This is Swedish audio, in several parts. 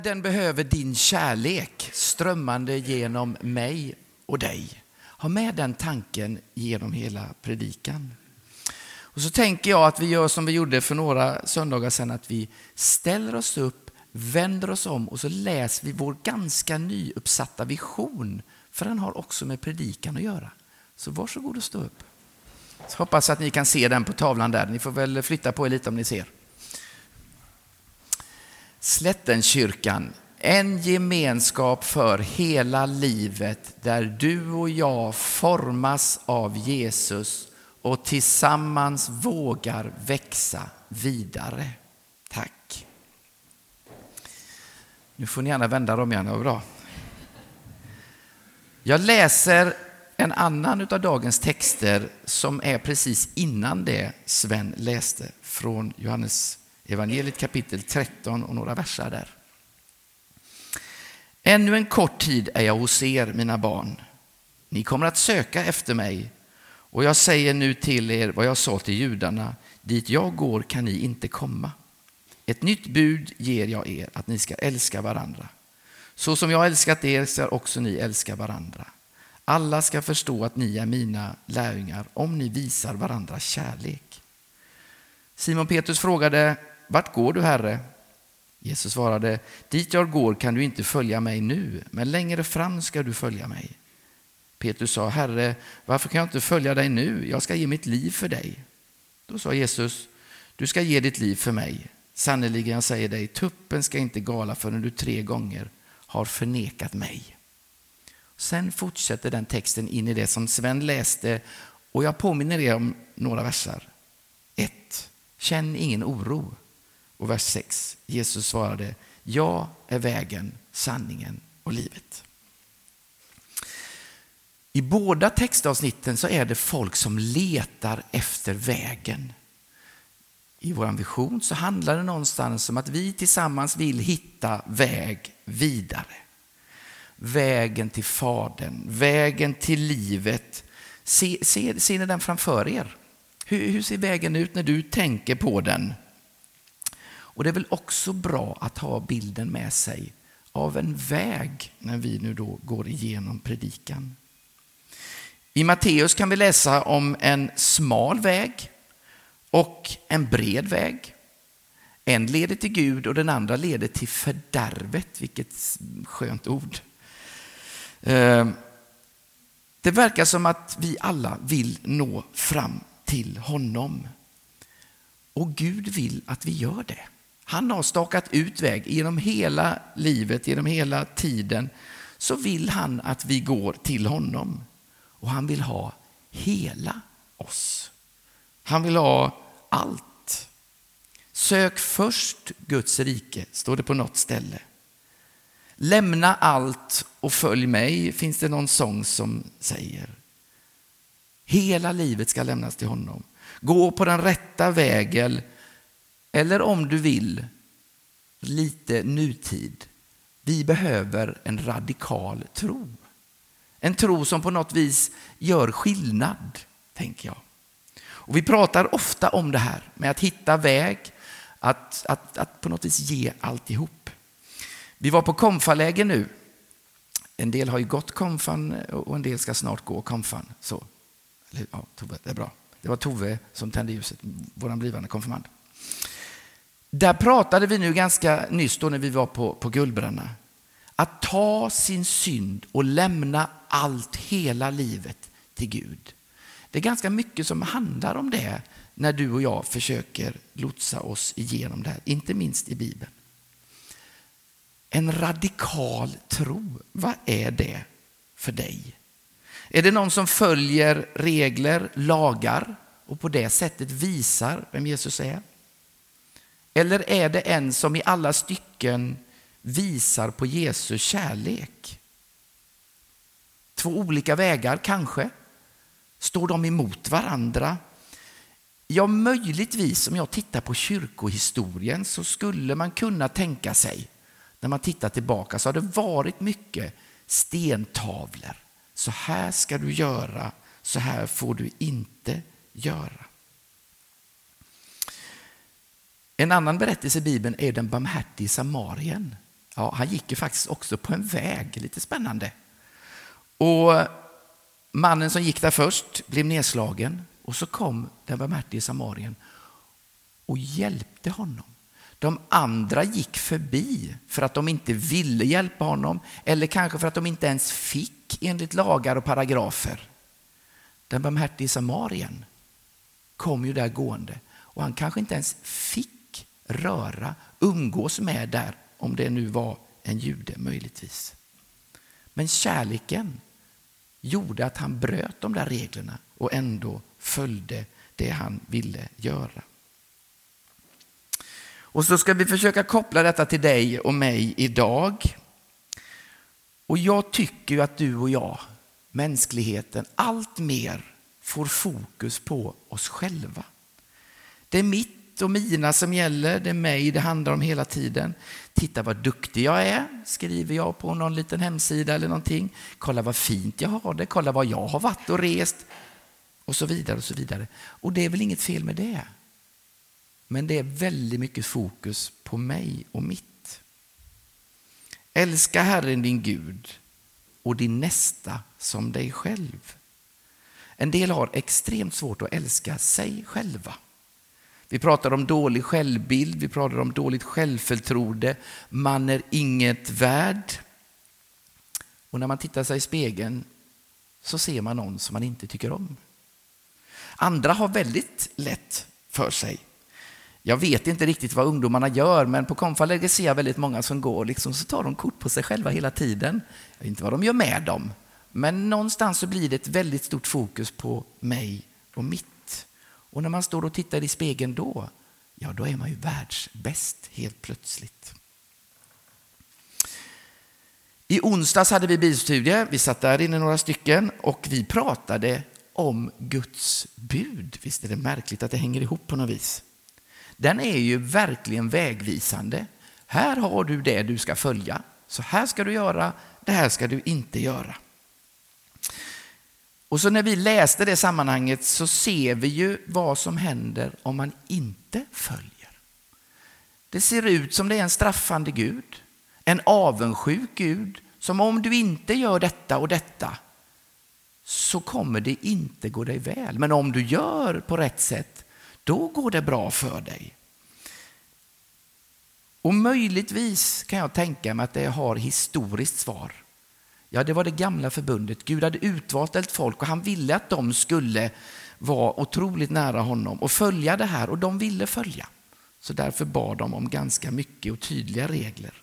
Den behöver din kärlek strömmande genom mig och dig. Ha med den tanken genom hela predikan. Och så tänker jag att vi gör som vi gjorde för några söndagar sedan, att vi ställer oss upp, vänder oss om och så läser vi vår ganska nyuppsatta vision. För den har också med predikan att göra. Så varsågod och stå upp. Så hoppas att ni kan se den på tavlan där. Ni får väl flytta på er lite om ni ser. Slättenkyrkan, en gemenskap för hela livet där du och jag formas av Jesus och tillsammans vågar växa vidare. Tack. Nu får ni gärna vända dem igen, det var bra. Jag läser en annan av dagens texter som är precis innan det Sven läste från Johannes evangeliet kapitel 13 och några verser där. Ännu en kort tid är jag hos er, mina barn. Ni kommer att söka efter mig. Och jag säger nu till er vad jag sa till judarna. Dit jag går kan ni inte komma. Ett nytt bud ger jag er, att ni ska älska varandra. Så som jag älskat er ska också ni älska varandra. Alla ska förstå att ni är mina lärjungar om ni visar varandra kärlek. Simon Petrus frågade: vart går du, Herre? Jesus svarade: dit jag går kan du inte följa mig nu, men längre fram ska du följa mig. Petrus sa: Herre, varför kan jag inte följa dig nu? Jag ska ge mitt liv för dig. Då sa Jesus: du ska ge ditt liv för mig. Sannoliken jag säger dig, tuppen ska inte gala förrän du 3 gånger har förnekat mig. Sen fortsätter den texten in i det som Sven läste, och jag påminner er om några verser. 1. Känn ingen oro. Och vers 6. Jesus svarade: jag är vägen, sanningen och livet. I båda textavsnitten så är det folk som letar efter vägen. I vår vision så handlar det någonstans om att vi tillsammans vill hitta väg vidare. Vägen till Fadern, vägen till livet. Ser ni den framför er? Hur ser vägen ut när du tänker på den? Och det är väl också bra att ha bilden med sig av en väg när vi nu då går igenom predikan. I Matteus kan vi läsa om en smal väg och en bred väg. En leder till Gud och den andra leder till fördärvet. Vilket skönt ord. Det verkar som att vi alla vill nå fram till honom. Och Gud vill att vi gör det. Han har stakat ut väg genom hela livet, genom hela tiden. Så vill han att vi går till honom. Och han vill ha hela oss. Han vill ha allt. Sök först Guds rike, står det på något ställe. Lämna allt och följ mig, finns det någon sång som säger. Hela livet ska lämnas till honom. Gå på den rätta vägen, eller om du vill, lite nutid. Vi behöver en radikal tro. En tro som på något vis gör skillnad, tänker jag. Och vi pratar ofta om det här med att hitta väg, att på något vis ge alltihop. Vi var på konfaläger nu. En del har ju gått konfan och en del ska snart gå konfan. Så. Ja, Tove, det är bra. Det var Tove som tände ljuset, våran blivande konfirmand. Där pratade vi nu ganska nyss då när vi var på Gullbränna. Att ta sin synd och lämna allt, hela livet till Gud. Det är ganska mycket som handlar om det när du och jag försöker lotsa oss igenom det här. Inte minst i Bibeln. En radikal tro, vad är det för dig? Är det någon som följer regler, lagar och på det sättet visar vem Jesus är? Eller är det en som i alla stycken visar på Jesu kärlek? 2 olika vägar kanske. Står de emot varandra? Ja, möjligtvis om jag tittar på kyrkohistorien så skulle man kunna tänka sig, när man tittar tillbaka så har det varit mycket stentavlor. Så här ska du göra, så här får du inte göra. En annan berättelse i Bibeln är den barmhärtige samarien. Ja, han gick ju faktiskt också på en väg, lite spännande. Och mannen som gick där först blev nedslagen och så kom den barmhärtige samarien och hjälpte honom. De andra gick förbi för att de inte ville hjälpa honom eller kanske för att de inte ens fick enligt lagar och paragrafer. Den barmhärtige samarien kom ju där gående och han kanske inte ens fick umgås med där, om det nu var en jude möjligtvis. Men kärleken gjorde att han bröt de där reglerna och ändå följde det han ville göra. Och så ska vi försöka koppla detta till dig och mig idag. Och jag tycker ju att du och jag, mänskligheten, allt mer får fokus på oss själva. Det är mitt och mina som gäller, det är mig det handlar om hela tiden. Titta vad duktig jag är, skriver jag på någon liten hemsida eller någonting. Kolla vad fint jag har det, kolla vad jag har varit och rest. Och så vidare och så vidare. Och det är väl inget fel med det. Men det är väldigt mycket fokus på mig och mitt. Älska Herren din Gud och din nästa som dig själv. En del har extremt svårt att älska sig själva. Vi pratar om dålig självbild, vi pratar om dåligt självförtroende. Man är inget värd. Och när man tittar sig i spegeln så ser man någon som man inte tycker om. Andra har väldigt lätt för sig. Jag vet inte riktigt vad ungdomarna gör, men på konfaläger ser jag väldigt många som går liksom, så tar de kort på sig själva hela tiden. Jag vet inte vad de gör med dem, men någonstans så blir det ett väldigt stort fokus på mig och mitt. Och när man står och tittar i spegeln då är man ju världsbäst helt plötsligt. I onsdags hade vi bibelstudie, vi satt där inne några stycken och vi pratade om Guds bud. Visst är det märkligt att det hänger ihop på något vis. Den är ju verkligen vägvisande. Här har du det du ska följa. Så här ska du göra, det här ska du inte göra. Och så när vi läste det sammanhanget så ser vi ju vad som händer om man inte följer. Det ser ut som det är en straffande Gud. En avundsjuk Gud. Som om du inte gör detta och detta så kommer det inte gå dig väl. Men om du gör på rätt sätt, då går det bra för dig. Och möjligtvis kan jag tänka mig att det har historiskt svar. Ja, det var det gamla förbundet. Gud hade utvalt ett folk och han ville att de skulle vara otroligt nära honom och följa det här. Och de ville följa. Så därför bad de om ganska mycket och tydliga regler.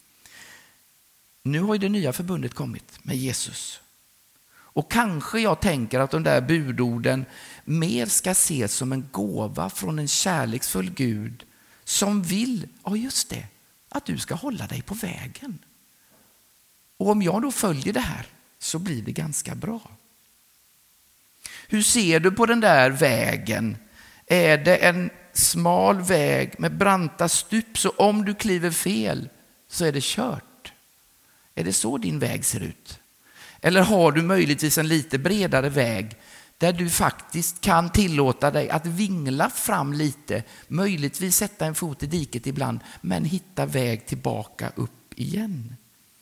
Nu har ju det nya förbundet kommit med Jesus. Och kanske jag tänker att de där budorden mer ska ses som en gåva från en kärleksfull Gud som vill, ja just det, att du ska hålla dig på vägen. Och om jag då följer det här så blir det ganska bra. Hur ser du på den där vägen? Är det en smal väg med branta stup så om du kliver fel så är det kört? Är det så din väg ser ut? Eller har du möjligtvis en lite bredare väg där du faktiskt kan tillåta dig att vingla fram lite, möjligtvis sätta en fot i diket ibland, men hitta väg tillbaka upp igen?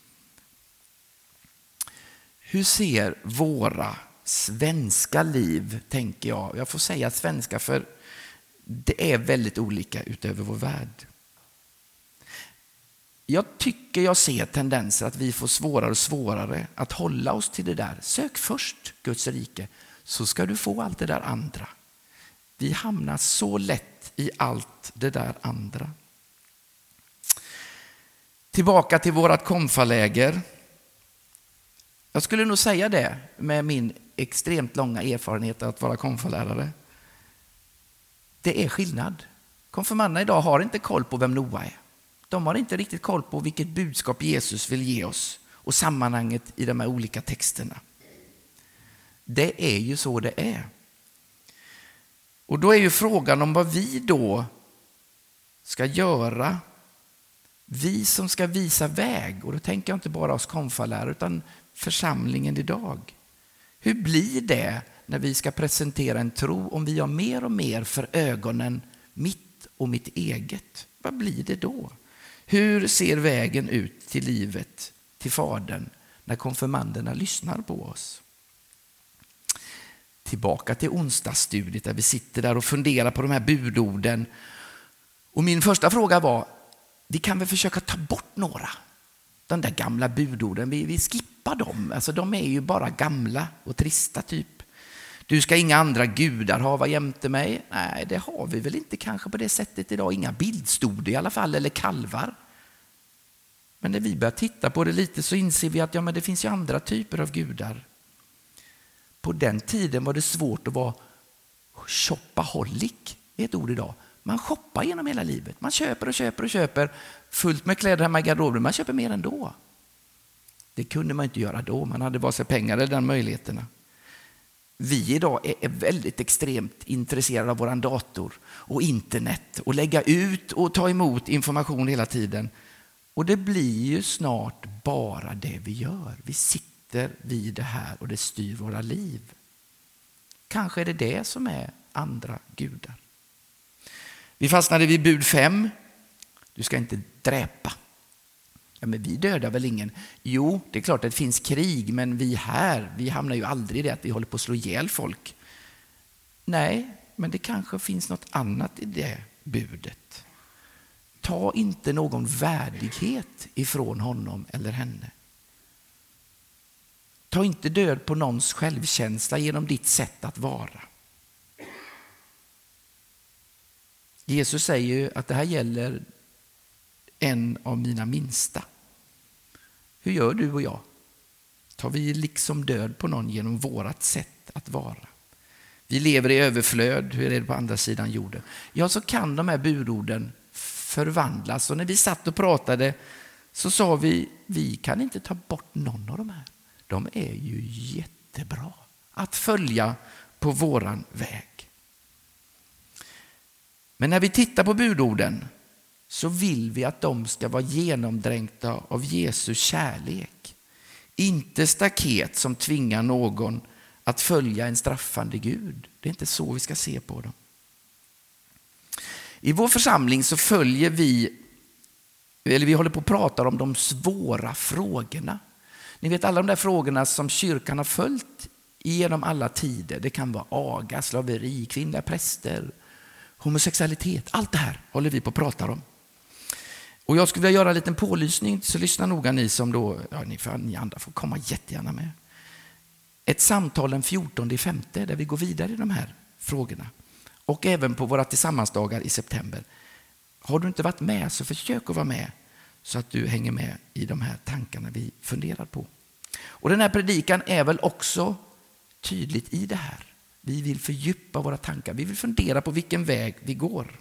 Hur ser våra svenska liv, tänker jag. Jag får säga svenska för det är väldigt olika utöver vår värld. Jag tycker jag ser tendenser att vi får svårare och svårare att hålla oss till det där. Sök först Guds rike så ska du få allt det där andra. Vi hamnar så lätt i allt det där andra. Tillbaka till vårat konfaläger. Jag skulle nog säga det med min extremt långa erfarenhet att vara konfalärare. Det är skillnad. Konfirmanderna idag har inte koll på vem Noa är. De har inte riktigt koll på vilket budskap Jesus vill ge oss och sammanhanget i de här olika texterna. Det är ju så det är. Och då är ju frågan om vad vi då ska göra. Vi som ska visa väg, och då tänker jag inte bara oss konfalärare utan församlingen idag. Hur blir det när vi ska presentera en tro om vi har mer och mer för ögonen mitt och mitt eget? Vad blir det då? Hur ser vägen ut till livet, till Fadern, när konfirmanderna lyssnar på oss? Tillbaka till onsdagsstudiet där vi sitter där och funderar på de här budorden. Och min första fråga var, vi kan väl försöka ta bort några. De där gamla budorden, vi skippar dem. Alltså de är ju bara gamla och trista typ. Du ska inga andra gudar hava jämte mig. Nej, det har vi väl inte kanske på det sättet idag. Inga bildstod i alla fall, eller kalvar. Men när vi börjar titta på det lite så inser vi att men det finns ju andra typer av gudar. På den tiden var det svårt att vara shopaholic, är ett ord idag. Man shoppar genom hela livet. Man köper och köper och köper. Fullt med kläder hemma i garderoben. Man köper mer ändå. Det kunde man inte göra då. Man hade bara sig pengar eller den möjligheterna. Vi idag är väldigt extremt intresserade av våran dator och internet. Och lägga ut och ta emot information hela tiden. Och det blir ju snart bara det vi gör. Vi sitter vid det här och det styr våra liv. Kanske är det som är andra gudar. Vi fastnade vid bud 5. Du ska inte dräpa. Ja, men vi dödar väl ingen? Jo, det är klart att det finns krig, men vi hamnar ju aldrig i det att vi håller på att slå ihjäl folk. Nej, men det kanske finns något annat i det budet. Ta inte någon värdighet ifrån honom eller henne. Ta inte död på någons självkänsla genom ditt sätt att vara. Jesus säger ju att det här gäller en av mina minsta. Hur gör du och jag? Tar vi liksom död på någon genom vårat sätt att vara? Vi lever i överflöd. Hur är det på andra sidan jorden? Ja, så kan de här budorden förvandlas. Och när vi satt och pratade så sa vi kan inte ta bort någon av de här. De är ju jättebra att följa på våran väg. Men när vi tittar på budorden så vill vi att de ska vara genomdränkta av Jesu kärlek. Inte staket som tvingar någon att följa en straffande Gud. Det är inte så vi ska se på dem. I vår församling så följer vi håller på att prata om de svåra frågorna. Ni vet alla de där frågorna som kyrkan har följt genom alla tider. Det kan vara aga, slaveri, kvinnliga präster, homosexualitet. Allt det här håller vi på att prata om. Och jag skulle vilja göra en liten pålysning, så lyssna noga ni som då, ni andra får komma jättegärna med. Ett samtal den 14/5 där vi går vidare i de här frågorna. Och även på våra tillsammansdagar i september. Har du inte varit med så försök att vara med så att du hänger med i de här tankarna vi funderar på. Och den här predikan är väl också tydligt i det här. Vi vill fördjupa våra tankar. Vi vill fundera på vilken väg vi går.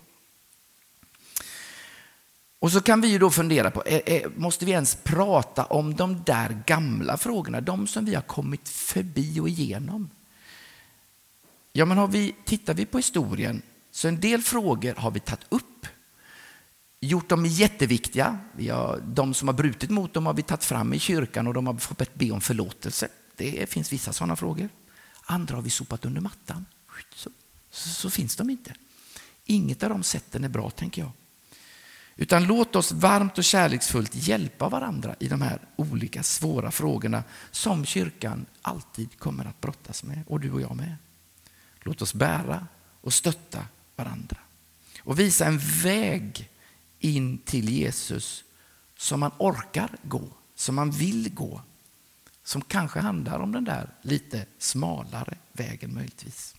Och så kan vi ju då fundera på, måste vi ens prata om de där gamla frågorna? De som vi har kommit förbi och igenom. Ja, men tittar vi på historien så en del frågor har vi tagit upp. Gjort dem jätteviktiga. De som har brutit mot dem har vi tagit fram i kyrkan och de har fått be om förlåtelse. Det finns vissa sådana frågor. Andra har vi sopat under mattan. Så finns de inte. Inget av de sätten är bra, tänker jag. Utan låt oss varmt och kärleksfullt hjälpa varandra i de här olika svåra frågorna som kyrkan alltid kommer att brottas med, och du och jag med. Låt oss bära och stötta varandra. Och visa en väg in till Jesus som man orkar gå, som man vill gå. Som kanske handlar om den där lite smalare vägen möjligtvis.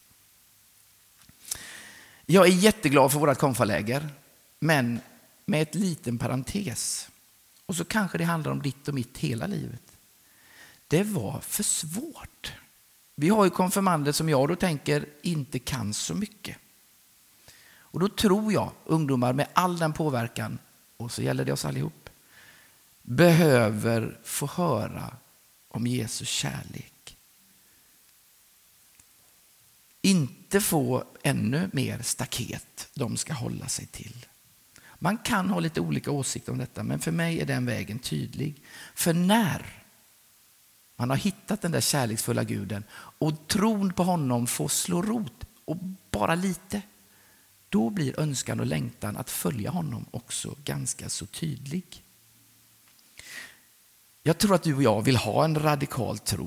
Jag är jätteglad för vårt konfaläger, men med ett liten parentes. Och så kanske det handlar om ditt och mitt hela livet. Det var för svårt. Vi har ju konfirmander som jag då tänker inte kan så mycket. Och då tror jag ungdomar med all den påverkan, och så gäller det oss allihop, behöver få höra om Jesus kärlek. Inte få ännu mer staket de ska hålla sig till. Man kan ha lite olika åsikter om detta, men för mig är den vägen tydlig. För när man har hittat den där kärleksfulla guden och tron på honom får slå rot och bara lite, då blir önskan och längtan att följa honom också ganska så tydlig. Jag tror att du och jag vill ha en radikal tro.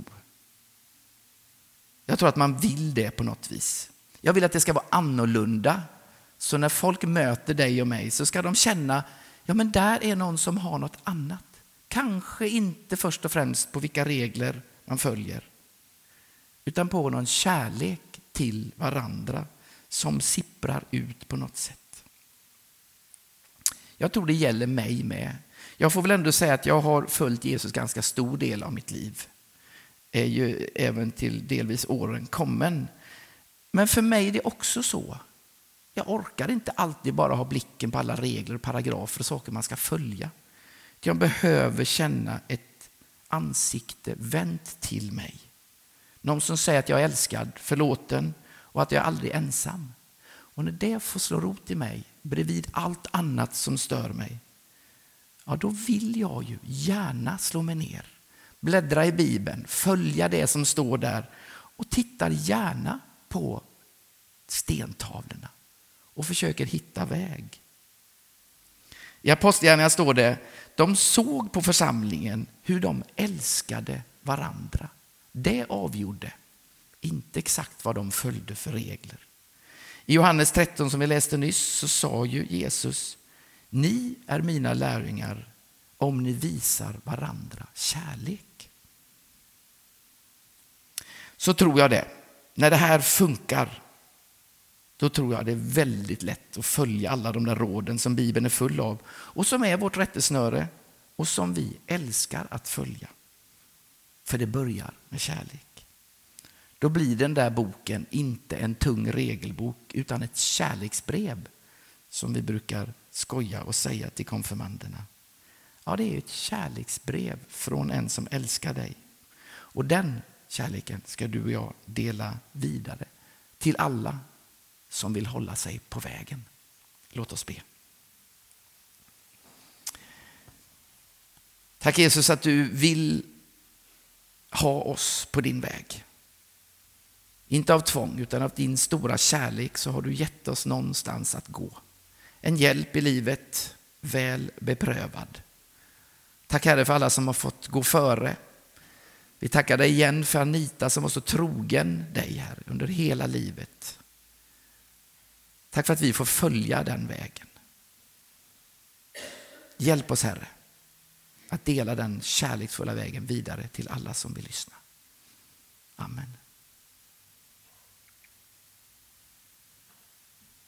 Jag tror att man vill det på något vis. Jag vill att det ska vara annorlunda. Så när folk möter dig och mig så ska de känna, ja men där är någon som har något annat. Kanske inte först och främst på vilka regler man följer, utan på någon kärlek till varandra som sipprar ut på något sätt. Jag tror det gäller mig med. Jag får väl ändå säga att jag har följt Jesus ganska stor del av mitt liv. Är ju även till delvis åren kommen. Men för mig är det också så. Jag orkar inte alltid bara ha blicken på alla regler och paragrafer och saker man ska följa. Jag behöver känna ett ansikte vänt till mig. Någon som säger att jag är älskad, förlåten och att jag aldrig är ensam. Och när det får slå rot i mig, bredvid allt annat som stör mig, ja då vill jag ju gärna slå mig ner, bläddra i Bibeln, följa det som står där och tittar gärna på stentavlorna och försöker hitta väg. I Apostlagärningarna står det, de såg på församlingen hur de älskade varandra. Det avgjorde, inte exakt vad de följde för regler. I Johannes 13 som vi läste nyss så sa ju Jesus, ni är mina lärjungar om ni visar varandra kärlek. Så tror jag det. När det här funkar, då tror jag det är väldigt lätt att följa alla de där råden som Bibeln är full av och som är vårt rättesnöre och som vi älskar att följa. För det börjar med kärlek. Då blir den där boken inte en tung regelbok utan ett kärleksbrev som vi brukar skoja och säga till konfirmanderna. Ja, det är ett kärleksbrev från en som älskar dig. Och den kärleken ska du och jag dela vidare till alla som vill hålla sig på vägen. Låt oss be. Tack Jesus att du vill ha oss på din väg. Inte av tvång utan av din stora kärlek så har du gett oss någonstans att gå. En hjälp i livet, väl beprövad. Tack Herre för alla som har fått gå före. Vi tackar dig igen för Anita som var så trogen dig här under hela livet. Tack för att vi får följa den vägen. Hjälp oss Herre att dela den kärleksfulla vägen vidare till alla som vill lyssna. Amen.